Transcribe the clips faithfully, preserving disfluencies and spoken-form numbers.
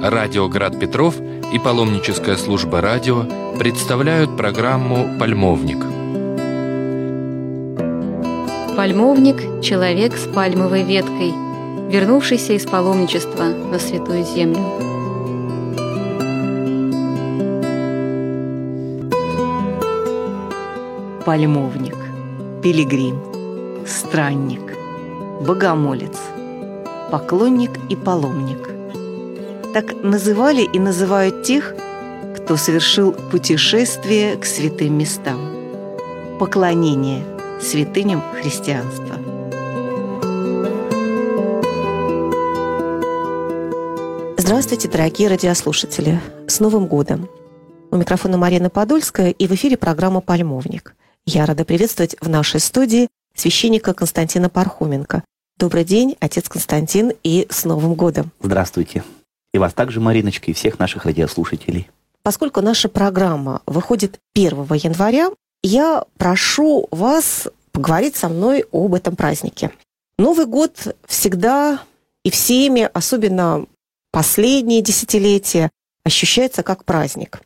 Радио Град Петров и паломническая служба радио представляют программу «Пальмовник». Пальмовник – человек с пальмовой веткой, вернувшийся из паломничества на Святую Землю. Пальмовник, пилигрим, странник, богомолец, поклонник и паломник. Так называли и называют тех, кто совершил путешествие к святым местам. Поклонение святыням христианства. Здравствуйте, дорогие радиослушатели! С Новым годом! У микрофона Марина Подольская и в эфире программа «Пальмовник». Я рада приветствовать в нашей студии священника Константина Пархоменко. Добрый день, отец Константин, и с Новым годом! Здравствуйте! И вас также, Мариночка, и всех наших радиослушателей. Поскольку наша программа выходит первого января, я прошу вас поговорить со мной об этом празднике. Новый год всегда и всеми, особенно последние десятилетия, ощущается как праздник.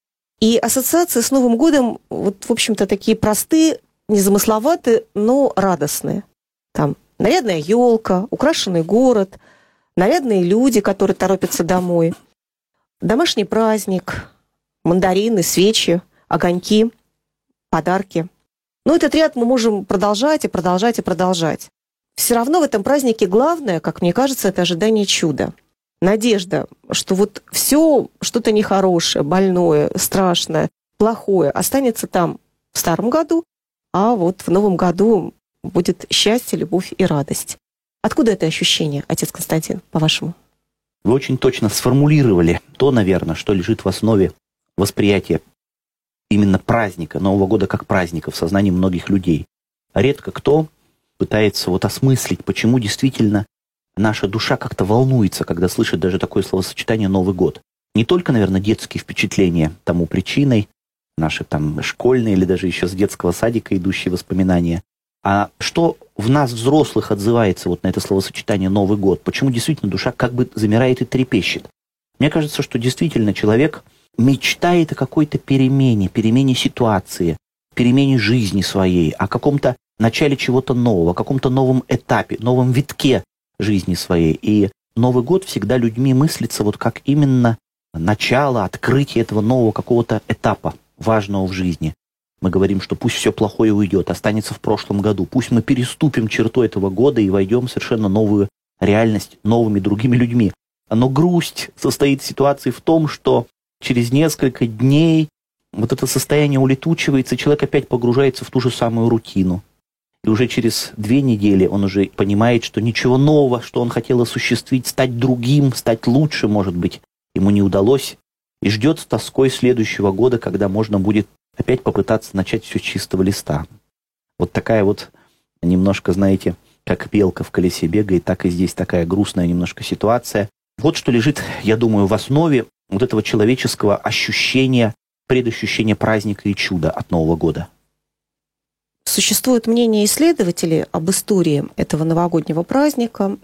И ассоциации с Новым годом, вот, в общем-то, такие простые, незамысловатые, но радостные. Там нарядная елка, украшенный город, нарядные люди, которые торопятся домой, домашний праздник, мандарины, свечи, огоньки, подарки. Но этот ряд мы можем продолжать и продолжать и продолжать. Все равно в этом празднике главное, как мне кажется, это ожидание чуда. Надежда, что вот все что-то нехорошее, больное, страшное, плохое останется там в старом году, а вот в новом году будет счастье, любовь и радость. Откуда это ощущение, отец Константин, по-вашему? Вы очень точно сформулировали то, наверное, что лежит в основе восприятия именно праздника, Нового года как праздника в сознании многих людей. Редко кто пытается вот осмыслить, почему действительно наша душа как-то волнуется, когда слышит даже такое словосочетание «Новый год». Не только, наверное, детские впечатления тому причиной, наши там школьные или даже еще с детского садика идущие воспоминания, а что в нас, взрослых, отзывается вот на это словосочетание «Новый год», почему действительно душа как бы замирает и трепещет. Мне кажется, что действительно человек мечтает о какой-то перемене, перемене ситуации, перемене жизни своей, о каком-то начале чего-то нового, о каком-то новом этапе, новом витке жизни своей. И Новый год всегда людьми мыслится вот как именно начало, открытие этого нового какого-то этапа, важного в жизни. Мы говорим, что пусть все плохое уйдет, останется в прошлом году. Пусть мы переступим черту этого года и войдем в совершенно новую реальность новыми другими людьми. Но грусть состоит в ситуации в том, что через несколько дней вот это состояние улетучивается, и человек опять погружается в ту же самую рутину. И уже через две недели он уже понимает, что ничего нового, что он хотел осуществить, стать другим, стать лучше, может быть, ему не удалось. И ждет с тоской следующего года, когда можно будет опять попытаться начать все с чистого листа. Вот такая вот немножко, знаете, как белка в колесе бегает, так и здесь такая грустная немножко ситуация. Вот что лежит, я думаю, в основе вот этого человеческого ощущения, предощущения праздника и чуда от Нового года. Существует мнение исследователей об истории этого новогоднего праздника,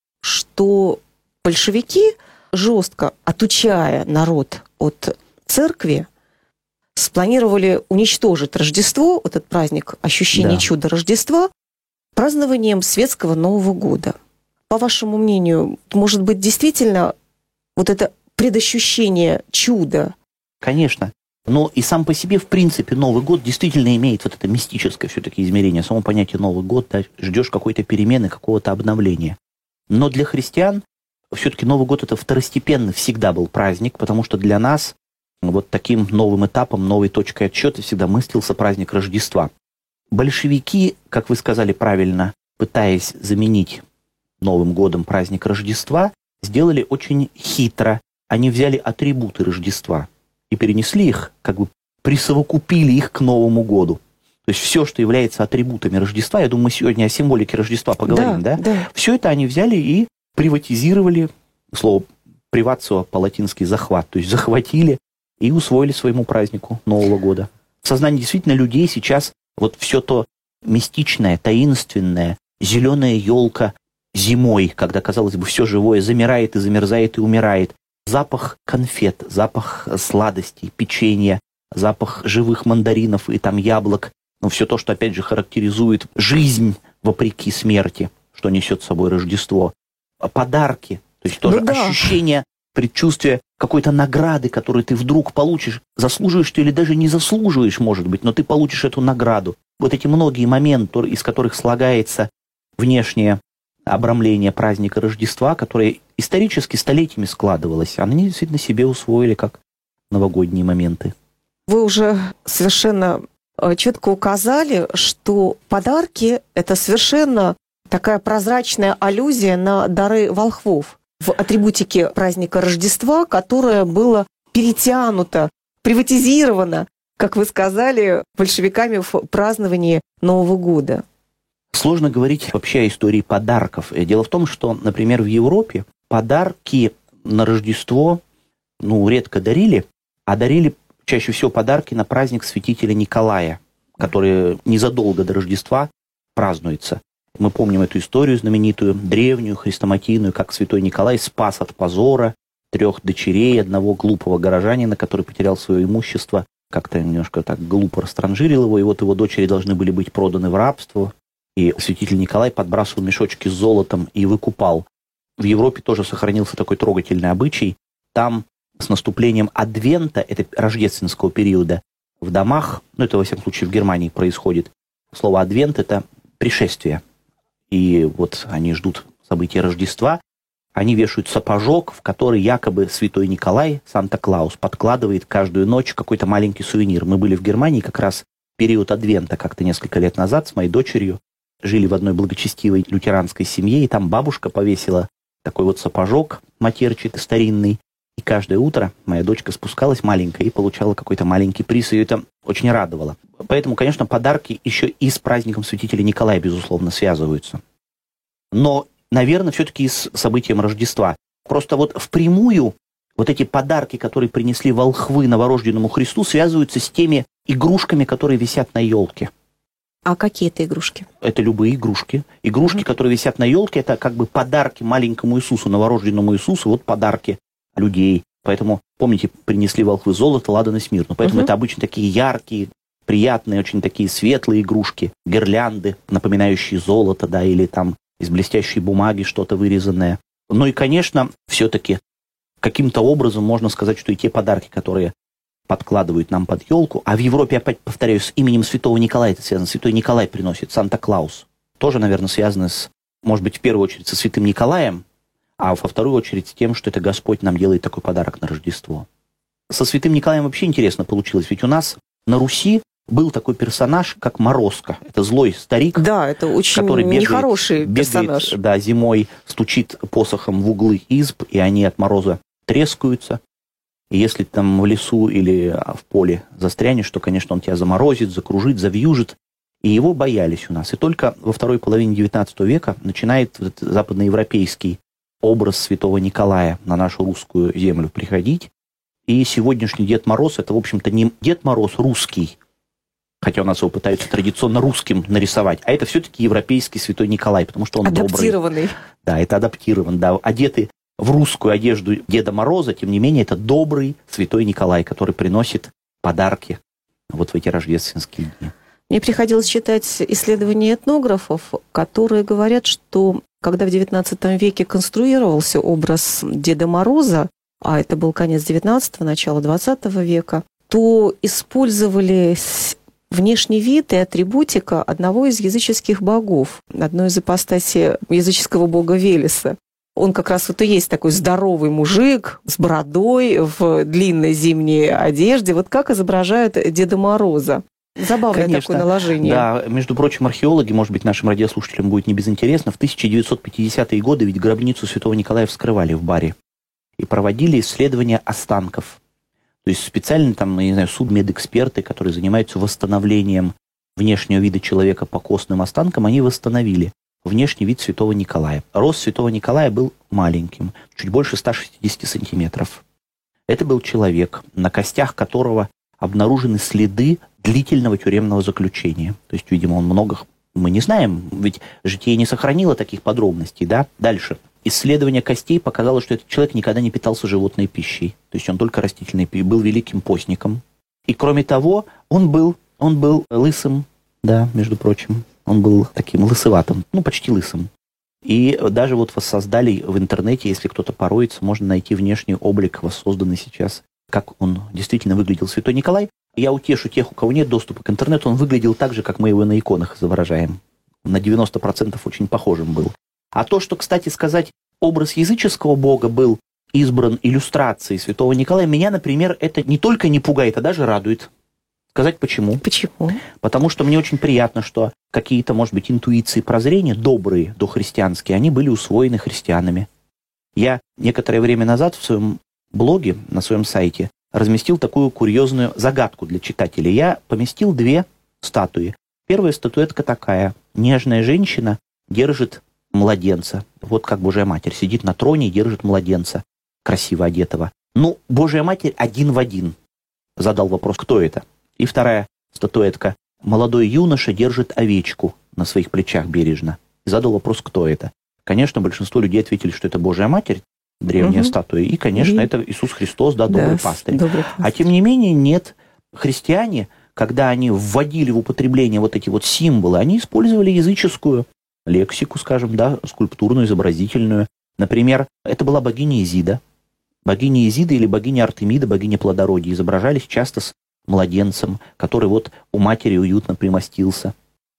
что большевики, жестко отучая народ от церкви, спланировали уничтожить Рождество, вот этот праздник ощущения да. чуда Рождества, празднованием светского Нового года. По вашему мнению, может быть, действительно вот это предощущение чуда? Конечно. Но и сам по себе, в принципе, Новый год действительно имеет вот это мистическое все-таки измерение. Само понятие Новый год, да, ждешь какой-то перемены, какого-то обновления. Но для христиан все-таки Новый год это второстепенный всегда был праздник, потому что для нас вот таким новым этапом, новой точкой отсчета всегда мыслился праздник Рождества. Большевики, как вы сказали правильно, пытаясь заменить Новым годом праздник Рождества, сделали очень хитро. Они взяли атрибуты Рождества и перенесли их, как бы присовокупили их к Новому году. То есть все, что является атрибутами Рождества, я думаю, мы сегодня о символике Рождества поговорим, да? да? да. Все это они взяли и приватизировали, слово привацио по-латински захват, то есть захватили и усвоили своему празднику Нового года. В сознании действительно людей сейчас вот все то мистичное, таинственное, зеленая елка зимой, когда, казалось бы, все живое замирает и замерзает и умирает. запах конфет, запах сладостей, печенья, запах живых мандаринов и там яблок. Ну, все то, что, опять же, характеризует жизнь вопреки смерти, что несет с собой Рождество. Подарки, то есть тоже ну, да. ощущение, предчувствие какой-то награды, которую ты вдруг получишь. Заслуживаешь ты или даже не заслуживаешь, может быть, но ты получишь эту награду. Вот эти многие моменты, из которых слагается внешнее обрамление праздника Рождества, которое исторически столетиями складывалось, они действительно себе усвоили как новогодние моменты. Вы уже совершенно четко указали, что подарки – это совершенно такая прозрачная аллюзия на дары волхвов в атрибутике праздника Рождества, которое было перетянуто, приватизировано, как вы сказали, большевиками в праздновании Нового года. Сложно говорить вообще о истории подарков. Дело в том, что, например, в Европе подарки на Рождество ну, редко дарили, а дарили чаще всего подарки на праздник святителя Николая, который незадолго до Рождества празднуется. Мы помним эту историю знаменитую, древнюю, хрестоматийную, как святой Николай спас от позора трех дочерей одного глупого горожанина, который потерял свое имущество, как-то немножко так глупо растранжирил его, и вот его дочери должны были быть проданы в рабство. И святитель Николай подбрасывал мешочки с золотом и выкупал. В Европе тоже сохранился такой трогательный обычай. Там с наступлением Адвента, это рождественского периода, в домах, ну это во всяком случае в Германии происходит, слово Адвент – это пришествие. И вот они ждут события Рождества, они вешают сапожок, в который якобы святой Николай, Санта-Клаус, подкладывает каждую ночь какой-то маленький сувенир. Мы были в Германии как раз в период Адвента, как-то несколько лет назад с моей дочерью. Жили в одной благочестивой лютеранской семье, и там бабушка повесила такой вот сапожок матерчатый, старинный. И каждое утро моя дочка спускалась маленькая и получала какой-то маленький приз, и это очень радовало. Поэтому, конечно, подарки еще и с праздником святителя Николая, безусловно, связываются. Но, наверное, все-таки и с событием Рождества. Просто вот впрямую вот эти подарки, которые принесли волхвы новорожденному Христу, связываются с теми игрушками, которые висят на елке. А какие это игрушки? Это любые игрушки. Игрушки, mm-hmm. которые висят на елке, это как бы подарки маленькому Иисусу, новорожденному Иисусу, вот подарки людей. Поэтому, помните, принесли волхвы золото, ладан и смирну. Поэтому mm-hmm. это обычно такие яркие, приятные, очень такие светлые игрушки, гирлянды, напоминающие золото, да, или там из блестящей бумаги что-то вырезанное. Ну и, конечно, все-таки каким-то образом можно сказать, что и те подарки, которые подкладывают нам под елку, а в Европе, опять повторяю, с именем святого Николая это связано. Святой Николай приносит, Санта-Клаус. Тоже, наверное, связано с, может быть, в первую очередь со святым Николаем, а во вторую очередь с тем, что это Господь нам делает такой подарок на Рождество. Со святым Николаем вообще интересно получилось, ведь у нас на Руси был такой персонаж, как Морозко. Это злой старик, да, это очень который бегает, нехороший персонаж. Бегает, да, зимой стучит посохом в углы изб, и они от мороза трескаются. И если ты там в лесу или в поле застрянешь, то, конечно, он тебя заморозит, закружит, завьюжит. И его боялись у нас. И только во второй половине девятнадцатого века начинает этот западноевропейский образ святого Николая на нашу русскую землю приходить. И сегодняшний Дед Мороз, это, в общем-то, не Дед Мороз русский, хотя у нас его пытаются традиционно русским нарисовать, а это все-таки европейский святой Николай, потому что он адаптированный. Добрый. Да, это адаптирован, да, одетый в русскую одежду Деда Мороза, тем не менее, это добрый святой Николай, который приносит подарки вот в эти рождественские дни. Мне приходилось читать исследования этнографов, которые говорят, что когда в девятнадцатом веке конструировался образ Деда Мороза, а это был конец девятнадцатого, начало двадцатого века, то использовались внешний вид и атрибутика одного из языческих богов, одной из ипостасей языческого бога Велеса. Он как раз вот и есть такой здоровый мужик с бородой в длинной зимней одежде. Вот как изображают Деда Мороза. Забавное Конечно. Такое наложение. Да, между прочим, археологи, может быть, нашим радиослушателям будет не безинтересно, в тысяча девятьсот пятидесятые годы ведь гробницу святого Николая вскрывали в Баре и проводили исследования останков. То есть специально там, я не знаю, судмедэксперты, которые занимаются восстановлением внешнего вида человека по костным останкам, они восстановили внешний вид святого Николая. Рост святого Николая был маленьким, чуть больше ста шестидесяти сантиметров. Это был человек, на костях которого обнаружены следы длительного тюремного заключения. То есть, видимо, он много... Мы не знаем, ведь житие не сохранило таких подробностей, да? Дальше. исследование костей показало, что этот человек никогда не питался животной пищей. То есть он только растительной пищей, был великим постником. И кроме того, он был, он был лысым, да, между прочим. Он был таким лысоватым, ну, почти лысым. И даже вот воссоздали в интернете, если кто-то пороется, можно найти внешний облик, воссозданный сейчас, как он действительно выглядел, святой Николай. Я утешу тех, у кого нет доступа к интернету, он выглядел так же, как мы его на иконах изображаем. На девяносто процентов очень похожим был. А то, что, кстати сказать, образ языческого бога был избран иллюстрацией святого Николая, меня, например, это не только не пугает, а даже радует. Сказать почему? Почему? Потому что мне очень приятно, что какие-то, может быть, интуиции, прозрения, добрые, дохристианские, они были усвоены христианами. Я некоторое время назад в своем блоге, на своем сайте, разместил такую курьезную загадку для читателей. Я поместил две статуи. Первая статуэтка такая. Нежная женщина держит младенца. Вот как Божья Матерь сидит на троне и держит младенца, красиво одетого. Ну, Божья Матерь один в один. Задал вопрос, кто это? И вторая статуэтка. Молодой юноша держит овечку на своих плечах бережно. И задал вопрос, кто это? Конечно, большинство людей ответили, что это Божья Матерь, древняя угу. статуя. И, конечно, и... это Иисус Христос, да, добрый, да, пастырь. добрый пастырь. А тем не менее, нет. Христиане, когда они вводили в употребление вот эти вот символы, они использовали языческую лексику, скажем, да, скульптурную, изобразительную. Например, это была богиня Изида. Богиня Изида или богиня Артемида, богиня плодородия, изображались часто с младенцем, который вот у матери уютно примостился.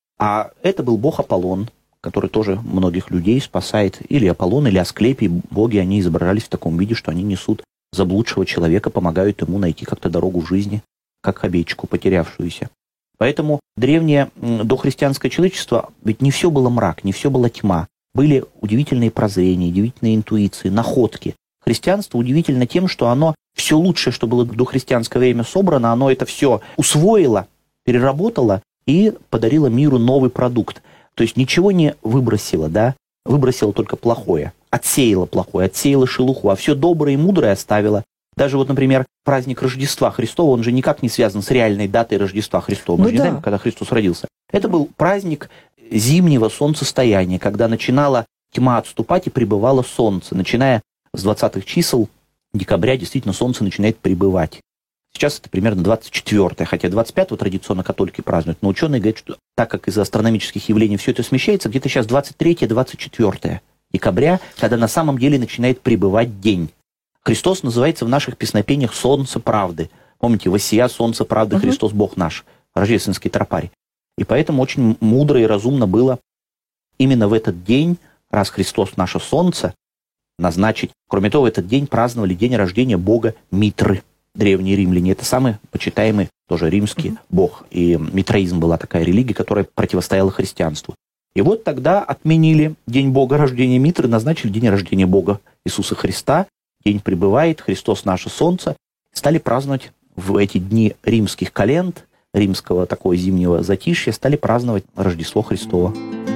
А это был бог Аполлон, который тоже многих людей спасает. Или Аполлон, или Асклепий. Боги, они изображались в таком виде, что они несут заблудшего человека, помогают ему найти как-то дорогу в жизни, как овечку потерявшуюся. Поэтому древнее дохристианское человечество, ведь не все было мрак, не все была тьма. Были удивительные прозрения, удивительные интуиции, находки. Христианство удивительно тем, что оно все лучшее, что было в дохристианское время собрано, оно это все усвоило, переработало и подарило миру новый продукт. То есть ничего не выбросило, да, выбросило только плохое, отсеяло плохое, отсеяло шелуху, а все доброе и мудрое оставило. Даже вот, например, праздник Рождества Христова, он же никак не связан с реальной датой Рождества Христова. Мы ну же да. не знаем, когда Христос родился. Это был праздник зимнего солнцестояния, когда начинала тьма отступать и прибывало солнце. Начиная с двадцатых чисел декабря действительно солнце начинает прибывать. Сейчас это примерно двадцать четвёртое, хотя двадцать пятого традиционно католики празднуют. Но ученые говорят, что так как из-за астрономических явлений все это смещается, где-то сейчас двадцать третье - двадцать четвёртое декабря, когда на самом деле начинает прибывать день. Христос называется в наших песнопениях «Солнце правды». Помните, «Воссия солнце правды, uh-huh. Христос Бог наш», рождественский тропарь. И поэтому очень мудро и разумно было именно в этот день, раз Христос наше солнце, назначить. Кроме того, в этот день праздновали день рождения бога Митры. Древние римляне. Это самый почитаемый тоже римский uh-huh. бог. И митраизм была такая религия, которая противостояла христианству. И вот тогда отменили день бога рождения Митры, назначили день рождения бога Иисуса Христа. День прибывает, Христос наше солнце. Стали праздновать в эти дни римских календ, римского такого зимнего затишья, стали праздновать Рождество Христово.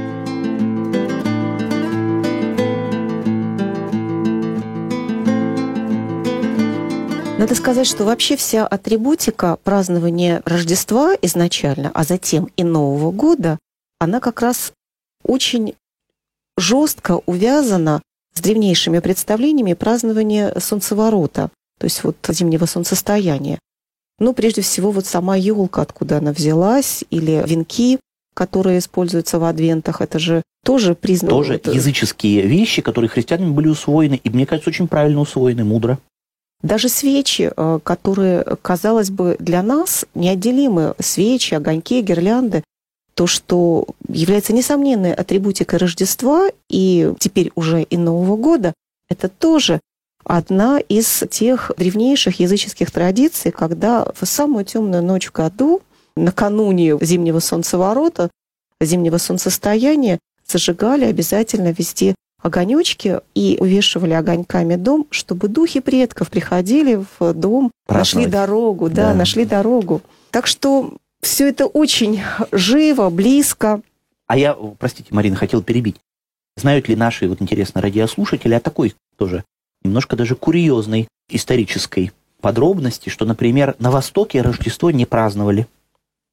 Надо сказать, что вообще вся атрибутика празднования Рождества изначально, а затем и Нового года, она как раз очень жестко увязана с древнейшими представлениями празднования солнцеворота, то есть вот зимнего солнцестояния. Ну, прежде всего, вот сама елка, откуда она взялась, или венки, которые используются в адвентах, это же тоже признак... Тоже вот... языческие вещи, которые христианами были усвоены, и, мне кажется, очень правильно усвоены, мудро. Даже свечи, которые, казалось бы, для нас неотделимы, свечи, огоньки, гирлянды, то, что является несомненной атрибутикой Рождества и теперь уже и Нового года, это тоже одна из тех древнейших языческих традиций, когда в самую темную ночь в году, накануне зимнего солнцеворота, зимнего солнцестояния, зажигали обязательно везде огонечки и увешивали огоньками дом, чтобы духи предков приходили в дом, нашли дорогу, да, да, нашли дорогу. Так что все это очень живо, близко. А я, простите, Марина, хотел перебить. Знают ли наши, вот интересно, радиослушатели о такой тоже немножко даже курьезной исторической подробности, что, например, на Востоке Рождество не праздновали.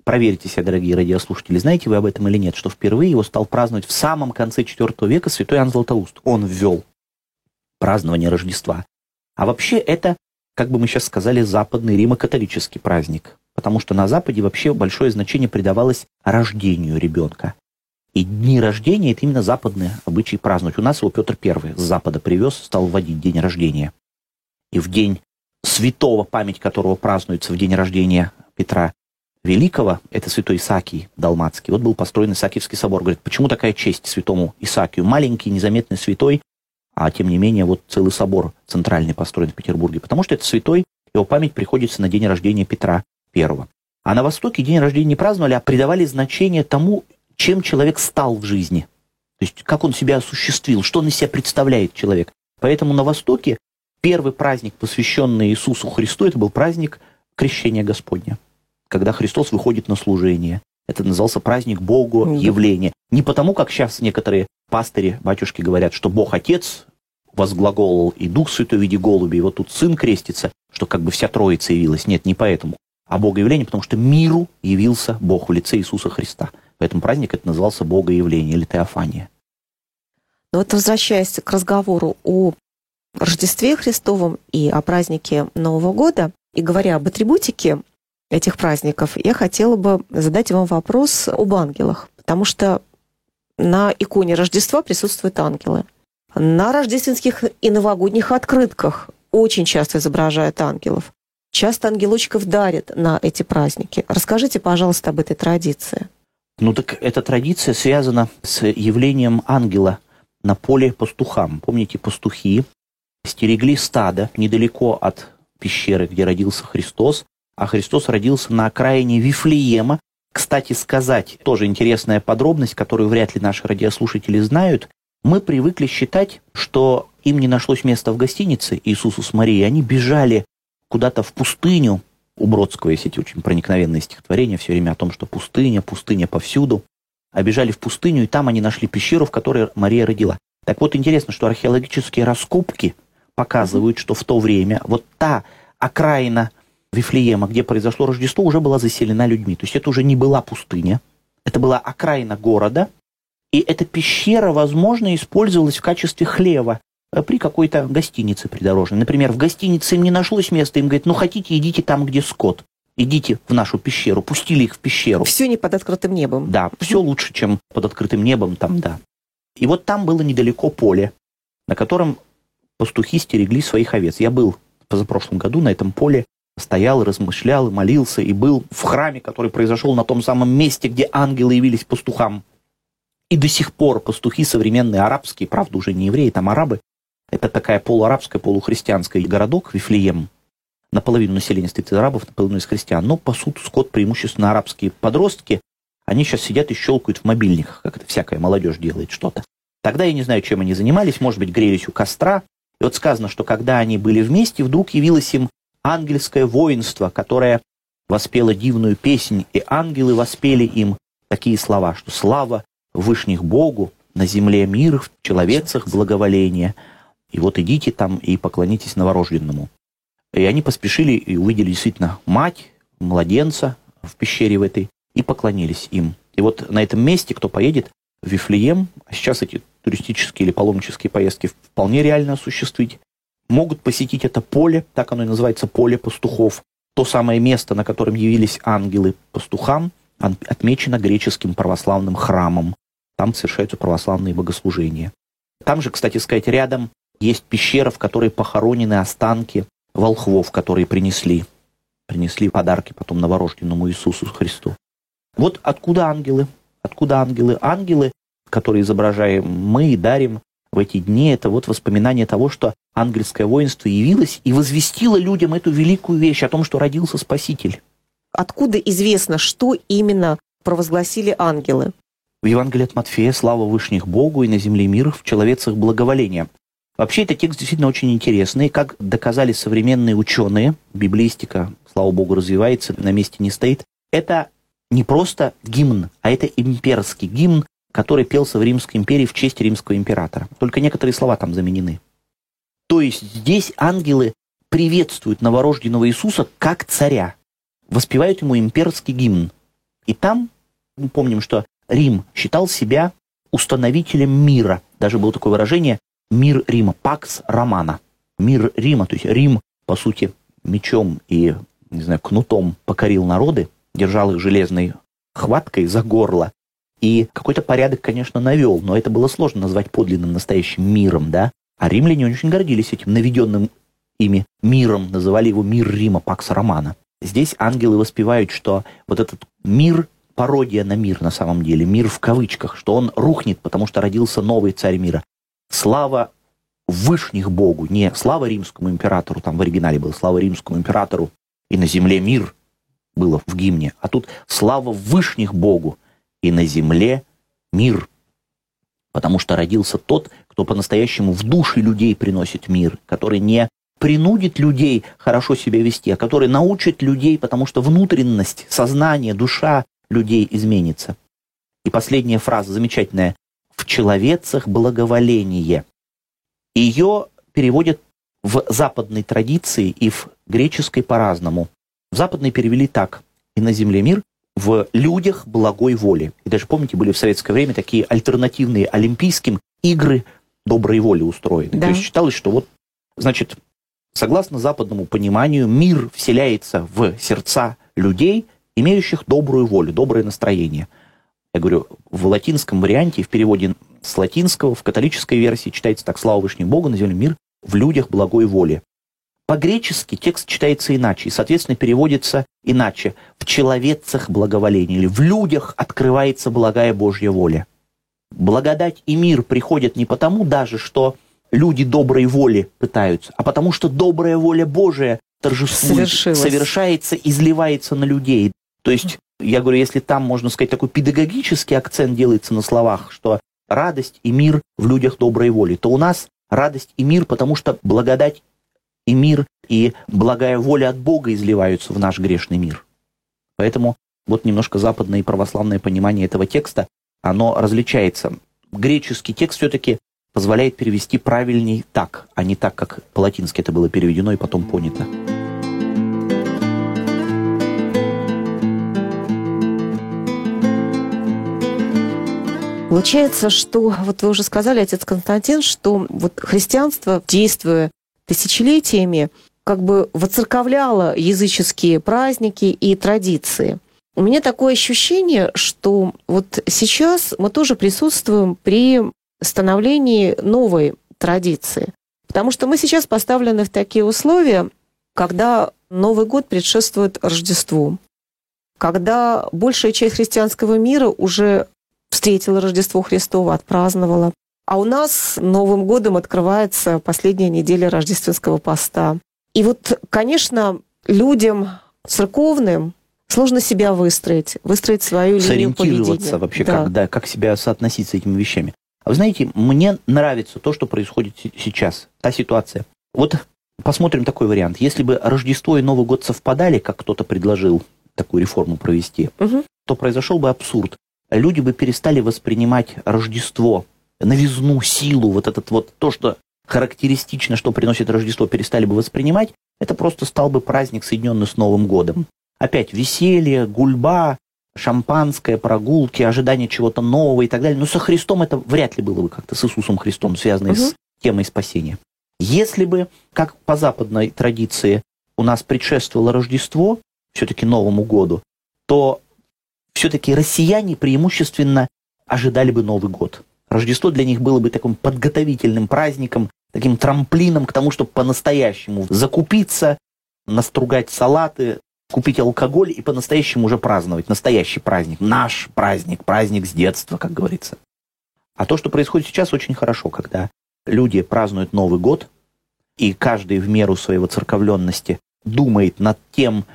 проверьте себя, дорогие радиослушатели, знаете вы об этом или нет, что впервые его стал праздновать в самом конце четвёртого века святой Иоанн Златоуст. Он ввел празднование Рождества. А вообще это, как бы мы сейчас сказали, западный римо-католический праздник. Потому что на Западе вообще большое значение придавалось рождению ребенка. И дни рождения – это именно западные обычаи праздновать. У нас его Петр Первый с Запада привез, стал вводить день рождения. И в день святого, память которого празднуется в день рождения Петра Великого, это святой Исаакий Далматский. Вот был построен Исаакиевский собор. Говорит, почему такая честь святому Исаакию? Маленький, незаметный святой, а тем не менее вот целый собор центральный построен в Петербурге. Потому что это святой, его память приходится на день рождения Петра Первого. А на Востоке день рождения не праздновали, а придавали значение тому, чем человек стал в жизни. То есть как он себя осуществил, что он из себя представляет человек. Поэтому на Востоке первый праздник, посвященный Иисусу Христу, это был праздник Крещения Господня, когда Христос выходит на служение. Это назывался праздник Богу явления. Не потому, как сейчас некоторые пастыри, батюшки говорят, что Бог Отец возглаголовал и Дух Святой в виде голуби, и вот тут Сын крестится, что как бы вся Троица явилась. Нет, не поэтому. А Богоявление, потому что миру явился Бог в лице Иисуса Христа. Поэтому праздник это назывался Богоявление или Теофания. Но вот возвращаясь к разговору о Рождестве Христовом и о празднике Нового года, и говоря об атрибутике этих праздников, я хотела бы задать вам вопрос об ангелах, потому что на иконе Рождества присутствуют ангелы. На рождественских и новогодних открытках очень часто изображают ангелов. Часто ангелочков дарят на эти праздники. Расскажите, пожалуйста, об этой традиции. Ну так эта традиция связана с явлением ангела на поле пастухам. Помните, пастухи стерегли стадо недалеко от пещеры, где родился Христос, а Христос родился на окраине Вифлеема. Кстати сказать, тоже интересная подробность, которую вряд ли наши радиослушатели знают. Мы привыкли считать, что им не нашлось места в гостинице Иисусу с Марией. Они бежали куда-то в пустыню. У Бродского есть эти очень проникновенные стихотворения все время о том, что пустыня, пустыня повсюду. А бежали в пустыню, и там они нашли пещеру, в которой Мария родила. Так вот, интересно, что археологические раскопки показывают, что в то время вот та окраина Вифлеема, где произошло Рождество, уже была заселена людьми. То есть это уже не была пустыня, это была окраина города, и эта пещера, возможно, использовалась в качестве хлева при какой-то гостинице придорожной. Например, в гостинице им не нашлось места, им говорят, ну хотите, идите там, где скот. Идите в нашу пещеру. Пустили их в пещеру. Все не под открытым небом. Да, все лучше, чем под открытым небом там, да. И вот там было недалеко поле, на котором пастухи стерегли своих овец. Я был позапрошлом году на этом поле, стоял, размышлял, молился, и был в храме, который произошел на том самом месте, где ангелы явились пастухам. И до сих пор пастухи современные, арабские, правда, уже не евреи, там арабы, это такая полуарабская, полухристианская городок, Вифлеем. Наполовину населения состоит из арабов, наполовину из христиан. Но пасут скот преимущественно арабские подростки. Они сейчас сидят и щелкают в мобильниках, как это всякая молодежь делает что-то. Тогда я не знаю, чем они занимались, может быть, грелись у костра. И вот сказано, что когда они были вместе, вдруг явилось им ангельское воинство, которое воспело дивную песнь, и ангелы воспели им такие слова, что «Слава Вышних Богу, на земле мир, в человецах благоволение». И вот идите там и поклонитесь новорожденному. И они поспешили и увидели действительно мать, младенца в пещере в этой, и поклонились им. И вот на этом месте, кто поедет в Вифлеем, а сейчас эти туристические или паломнические поездки вполне реально осуществить, могут посетить это поле, так оно и называется, поле пастухов. То самое место, на котором явились ангелы пастухам, отмечено греческим православным храмом. Там совершаются православные богослужения. Там же, кстати сказать, рядом есть пещера, в которой похоронены останки волхвов, которые принесли, принесли подарки потом новорожденному Иисусу Христу. Вот откуда ангелы? Откуда ангелы? Ангелы, которые изображаем мы и дарим в эти дни, это вот воспоминание того, что ангельское воинство явилось и возвестило людям эту великую вещь о том, что родился Спаситель. Откуда известно, что именно провозгласили ангелы? В Евангелии от Матфея «Слава Вышних Богу, и на земле мир, в человецах благоволение». Вообще, этот текст действительно очень интересный. Как доказали современные ученые, библеистика, слава богу, развивается, на месте не стоит. Это не просто гимн, а это имперский гимн, который пелся в Римской империи в честь римского императора. Только некоторые слова там заменены. То есть здесь ангелы приветствуют новорожденного Иисуса как царя, воспевают ему имперский гимн. И там, мы помним, что Рим считал себя установителем мира. Даже было такое выражение «мир Рима», «пакс Романа». Мир Рима, то есть Рим, по сути, мечом и, не знаю, кнутом покорил народы, держал их железной хваткой за горло. И какой-то порядок, конечно, навел, но это было сложно назвать подлинным настоящим миром, да? А римляне очень гордились этим наведенным ими миром, называли его мир Рима, «пакс Романа». Здесь ангелы воспевают, что вот этот мир – пародия на мир на самом деле, мир в кавычках, что он рухнет, потому что родился новый царь мира. Слава вышних Богу, не слава римскому императору, там в оригинале было слава римскому императору, и на земле мир было в гимне, а тут слава вышних Богу, и на земле мир. Потому что родился тот, кто по-настоящему в души людей приносит мир, который не принудит людей хорошо себя вести, а который научит людей, потому что внутренность, сознание, душа людей изменится. И последняя фраза замечательная. «В человецах благоволение». Ее переводят в западной традиции и в греческой по-разному. В западной перевели так. «И на земле мир, в людях благой воли». И даже, помните, были в советское время такие альтернативные олимпийским игры доброй воли устроены. Да. То есть считалось, что вот, значит, согласно западному пониманию, мир вселяется в сердца людей, имеющих добрую волю, доброе настроение. Я говорю, в латинском варианте, в переводе с латинского, в католической версии читается так: «Слава Вышнему Богу, на земле мир, в людях благой воли». По-гречески текст читается иначе, и, соответственно, переводится иначе. «В человецах благоволение», или «в людях открывается благая Божья воля». Благодать и мир приходят не потому даже, что люди доброй воли пытаются, а потому что добрая воля Божия торжествует, совершается, изливается на людей. То есть, я говорю, если там, можно сказать, такой педагогический акцент делается на словах, что радость и мир в людях доброй воли, то у нас радость и мир, потому что благодать и мир, и благая воля от Бога изливаются в наш грешный мир. Поэтому вот немножко западное и православное понимание этого текста, оно различается. Греческий текст все-таки позволяет перевести правильней так, а не так, как по-латински это было переведено и потом понято. Получается, что, вот вы уже сказали, отец Константин, что вот христианство, действуя тысячелетиями, как бы воцерковляло языческие праздники и традиции. У меня такое ощущение, что вот сейчас мы тоже присутствуем при становлении новой традиции. Потому что мы сейчас поставлены в такие условия, когда Новый год предшествует Рождеству, когда большая часть христианского мира уже встретила Рождество Христово, отпраздновала. А у нас Новым годом открывается последняя неделя рождественского поста. И вот, конечно, людям церковным сложно себя выстроить, выстроить свою линию поведения. Сориентироваться вообще, да. Как, да, как себя соотносить с этими вещами. А вы знаете, мне нравится то, что происходит сейчас, та ситуация. Вот посмотрим такой вариант. Если бы Рождество и Новый год совпадали, как кто-то предложил такую реформу провести, угу. то произошел бы абсурд. Люди бы перестали воспринимать Рождество, новизну, силу, вот этот вот то, что характеристично, что приносит Рождество, перестали бы воспринимать, это просто стал бы праздник, соединенный с Новым годом. Опять веселье, гульба, шампанское, прогулки, ожидание чего-то нового и так далее. Но со Христом это вряд ли было бы как-то, с Иисусом Христом, связано угу. с темой спасения. Если бы, как по западной традиции, у нас предшествовало Рождество, все-таки Новому году, то все-таки россияне преимущественно ожидали бы Новый год. Рождество для них было бы таким подготовительным праздником, таким трамплином к тому, чтобы по-настоящему закупиться, настругать салаты, купить алкоголь и по-настоящему уже праздновать. Настоящий праздник, наш праздник, праздник с детства, как говорится. А то, что происходит сейчас, очень хорошо, когда люди празднуют Новый год, и каждый в меру своей воцерковленности думает над тем,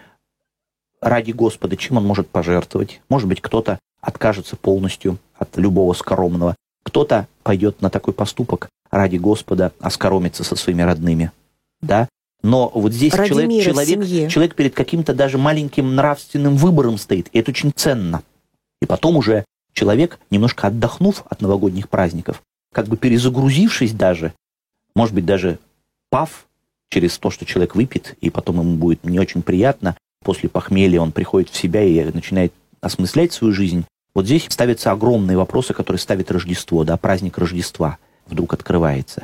ради Господа, чем он может пожертвовать. Может быть, кто-то откажется полностью от любого скоромного. Кто-то пойдет на такой поступок ради Господа, оскоромиться со своими родными. Да? Но вот здесь человек, человек, человек перед каким-то даже маленьким нравственным выбором стоит. И это очень ценно. И потом уже человек, немножко отдохнув от новогодних праздников, как бы перезагрузившись даже, может быть, даже пав через то, что человек выпьет, и потом ему будет не очень приятно, после похмелья он приходит в себя и начинает осмыслять свою жизнь, вот здесь ставятся огромные вопросы, которые ставит Рождество, да, праздник Рождества вдруг открывается.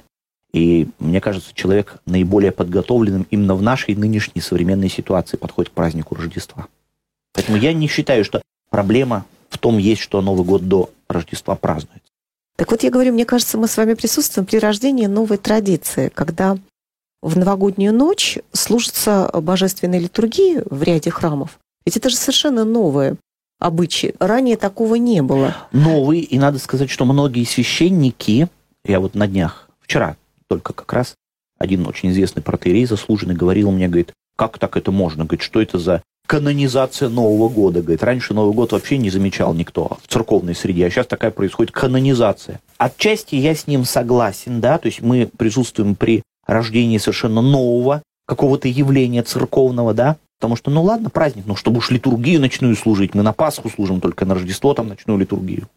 И мне кажется, человек наиболее подготовленным именно в нашей нынешней современной ситуации подходит к празднику Рождества. Поэтому я не считаю, что проблема в том есть, что Новый год до Рождества празднуется. Так вот, я говорю, мне кажется, мы с вами присутствуем при рождении новой традиции, когда в новогоднюю ночь служатся божественные литургии в ряде храмов. Ведь это же совершенно новые обычаи. Ранее такого не было. Новый, и надо сказать, что многие священники, я вот на днях, вчера только как раз один очень известный протоиерей, заслуженный, говорил мне, говорит, как так это можно? Говорит, что это за канонизация Нового года? Говорит, раньше Новый год вообще не замечал никто в церковной среде, а сейчас такая происходит канонизация. Отчасти я с ним согласен, да, то есть мы присутствуем при рождении совершенно нового какого-то явления церковного, да, потому что, ну ладно, праздник, ну чтобы уж литургию ночную служить, мы на Пасху служим, только на Рождество там ночную литургию.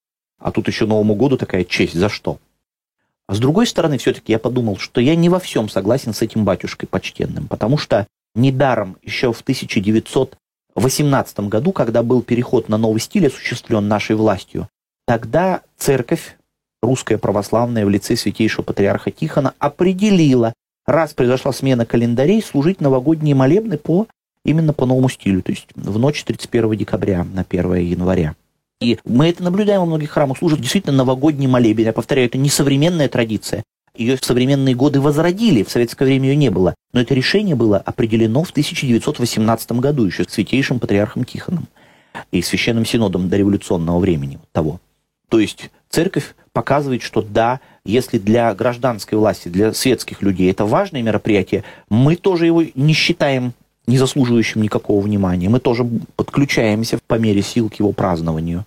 А тут еще Новому году такая честь, за что? А с другой стороны, все-таки я подумал, что я не во всем согласен с этим батюшкой почтенным, потому что недаром еще в тысяча девятьсот восемнадцатом году, когда был переход на новый стиль осуществлен нашей властью, тогда церковь, русская православная в лице святейшего патриарха Тихона, определила, раз произошла смена календарей, служить новогодние молебны по, именно по новому стилю, то есть в ночь тридцать первого декабря на первое января. И мы это наблюдаем во многих храмах, служат действительно новогодний молебен. Я повторяю, это не современная традиция. Ее в современные годы возродили, в советское время ее не было. Но это решение было определено в тысяча девятьсот восемнадцатом году еще святейшим патриархом Тихоном и священным синодом дореволюционного времени того. То есть церковь показывает, что да, если для гражданской власти, для светских людей это важное мероприятие, мы тоже его не считаем не заслуживающим никакого внимания. Мы тоже подключаемся по мере сил к его празднованию.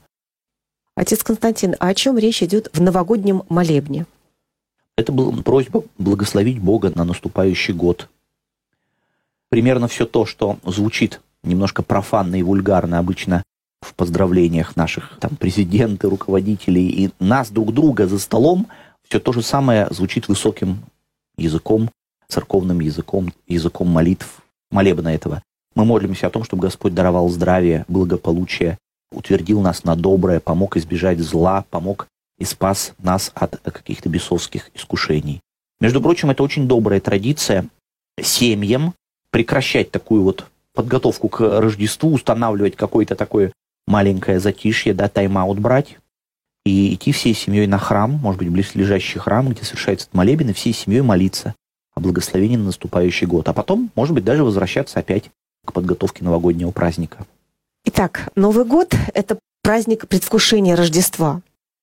Отец Константин, а о чем речь идет в новогоднем молебне? Это была просьба благословить Бога на наступающий год. Примерно все то, что звучит немножко профанно и вульгарно обычно в поздравлениях наших там, президента, руководителей и нас друг друга за столом, все то же самое звучит высоким языком, церковным языком, языком молитв, молебна этого. Мы молимся о том, чтобы Господь даровал здравие, благополучие, утвердил нас на доброе, помог избежать зла, помог и спас нас от каких-то бесовских искушений. Между прочим, это очень добрая традиция семьям прекращать такую вот подготовку к Рождеству, устанавливать какое-то такое маленькое затишье, да, тайм-аут брать и идти всей семьей на храм, может быть, близлежащий храм, где совершается этот молебен, и всей семьей молиться о благословении на наступающий год. А потом, может быть, даже возвращаться опять к подготовке новогоднего праздника. Итак, Новый год – это праздник предвкушения Рождества.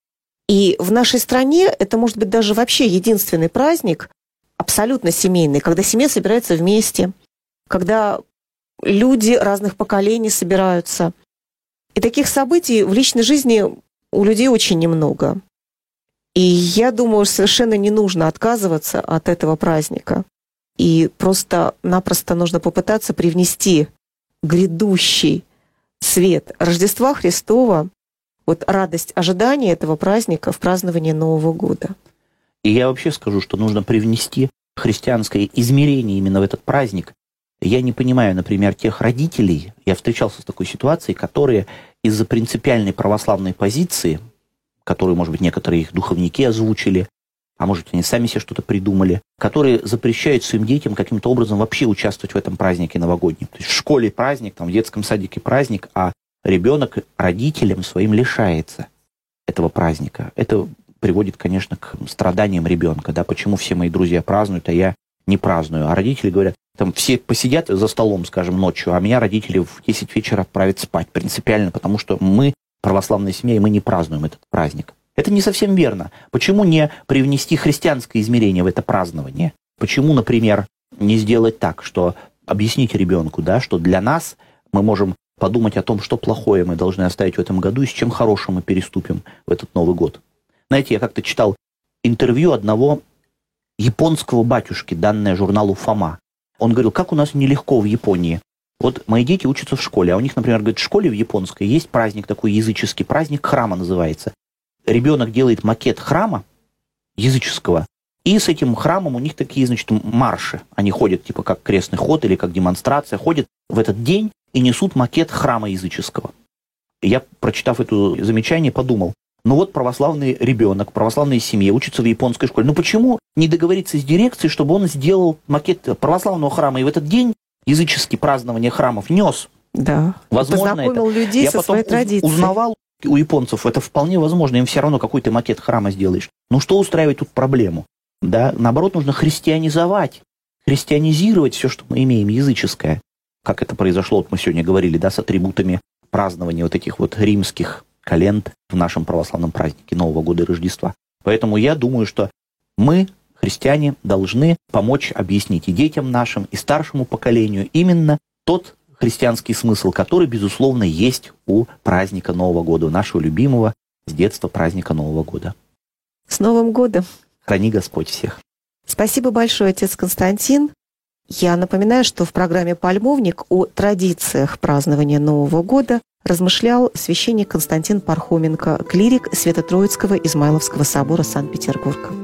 И в нашей стране это может быть даже вообще единственный праздник, абсолютно семейный, когда семья собирается вместе, когда люди разных поколений собираются. И таких событий в личной жизни у людей очень немного. И я думаю, совершенно не нужно отказываться от этого праздника. И просто-напросто нужно попытаться привнести грядущий свет Рождества Христова, вот радость ожидания этого праздника в праздновании Нового года. И я вообще скажу, что нужно привнести христианское измерение именно в этот праздник. Я не понимаю, например, тех родителей, я встречался с такой ситуацией, которые из-за принципиальной православной позиции, которую, может быть, некоторые их духовники озвучили, а может, они сами себе что-то придумали, которые запрещают своим детям каким-то образом вообще участвовать в этом празднике новогоднем. То есть в школе праздник, там, в детском садике праздник, а ребенок родителям своим лишается этого праздника. Это приводит, конечно, к страданиям ребенка. Да? Почему все мои друзья празднуют, а я не праздную? А родители говорят, там все посидят за столом, скажем, ночью, а меня родители в десять вечера отправят спать принципиально, потому что мы православная семья, и мы не празднуем этот праздник. Это не совсем верно. Почему не привнести христианское измерение в это празднование? Почему, например, не сделать так, что объяснить ребенку, да, что для нас мы можем подумать о том, что плохое мы должны оставить в этом году и с чем хорошим мы переступим в этот Новый год. Знаете, я как-то читал интервью одного японского батюшки, данное журналу «Фома». Он говорил, как у нас нелегко в Японии. Вот мои дети учатся в школе, а у них, например, говорит, в школе в японской есть праздник такой языческий, праздник храма называется. Ребенок делает макет храма языческого, и с этим храмом у них такие, значит, марши. Они ходят, типа, как крестный ход или как демонстрация, ходят в этот день и несут макет храма языческого. Я, прочитав это замечание, подумал, ну вот православный ребенок, православной семье учится в японской школе. Ну почему не договориться с дирекцией, чтобы он сделал макет православного храма и в этот день языческие празднования храмов нес? Да. Возможно, познакомил это. людей Я со потом своей традицией. узнавал у японцев, это вполне возможно, им все равно какой ты макет храма сделаешь. Ну что устраивает тут проблему? Да, наоборот, нужно христианизовать, христианизировать все, что мы имеем, языческое. Как это произошло, вот мы сегодня говорили, да, с атрибутами празднования вот этих вот римских календ в нашем православном празднике Нового года и Рождества. Поэтому я думаю, что мы, христиане, должны помочь объяснить и детям нашим, и старшему поколению именно тот христианский смысл, который, безусловно, есть у праздника Нового года, у нашего любимого с детства праздника Нового года. С Новым годом! Храни Господь всех! Спасибо большое, отец Константин. Я напоминаю, что в программе «Пальмовник» о традициях празднования Нового года размышлял священник Константин Пархоменко, клирик Свято-Троицкого Измайловского собора Санкт-Петербурга.